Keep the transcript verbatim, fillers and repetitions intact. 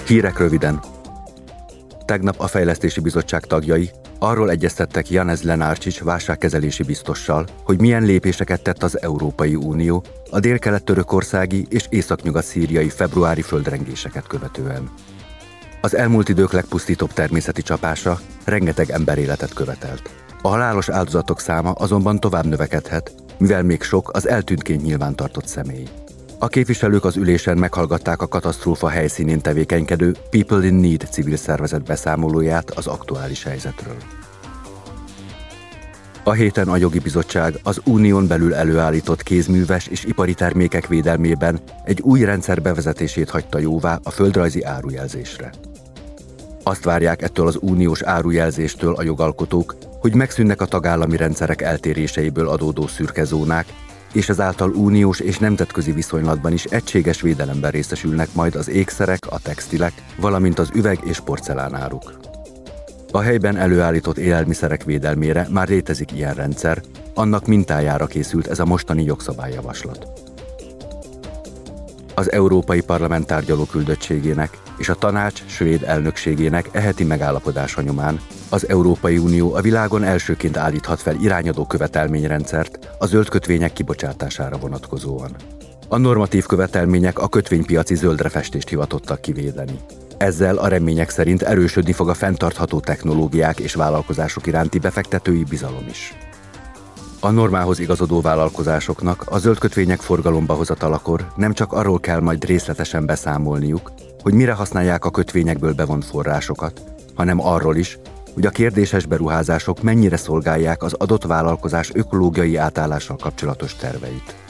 Hírek röviden. Tegnap a Fejlesztési Bizottság tagjai arról egyeztettek Janez Lenarčič válságkezelési biztossal, hogy milyen lépéseket tett az Európai Unió a délkelet-törökországi és északnyugat-szíriai februári földrengéseket követően. Az elmúlt idők legpusztítóbb természeti csapása rengeteg emberéletet követelt. A halálos áldozatok száma azonban tovább növekedhet, mivel még sok az eltűntként nyilvántartott személy. A képviselők az ülésen meghallgatták a katasztrófa helyszínén tevékenykedő People in Need civil szervezet beszámolóját az aktuális helyzetről. A héten a Jogi Bizottság az unión belül előállított kézműves és ipari termékek védelmében egy új rendszer bevezetését hagyta jóvá a földrajzi árujelzésre. Azt várják ettől az uniós árujelzéstől a jogalkotók, hogy megszűnnek a tagállami rendszerek eltéréseiből adódó szürke zónák, és ezáltal uniós és nemzetközi viszonylatban is egységes védelemben részesülnek majd az ékszerek, a textilek, valamint az üveg- és porcelánáruk. A helyben előállított élelmiszerek védelmére már létezik ilyen rendszer, annak mintájára készült ez a mostani jogszabályjavaslat. Az Európai Parlament tárgyaló küldöttségének és a Tanács svéd elnökségének e heti megállapodása nyomán az Európai Unió a világon elsőként állíthat fel irányadó követelményrendszert a zöld kötvények kibocsátására vonatkozóan. A normatív követelmények a kötvénypiaci zöldre festést hivatottak kivédeni. Ezzel a remények szerint erősödni fog a fenntartható technológiák és vállalkozások iránti befektetői bizalom is. A normához igazodó vállalkozásoknak a zöld kötvények forgalomba hozatalakor nem csak arról kell majd részletesen beszámolniuk, hogy mire használják a kötvényekből bevont forrásokat, hanem arról is, hogy a kérdéses beruházások mennyire szolgálják az adott vállalkozás ökológiai átállással kapcsolatos terveit.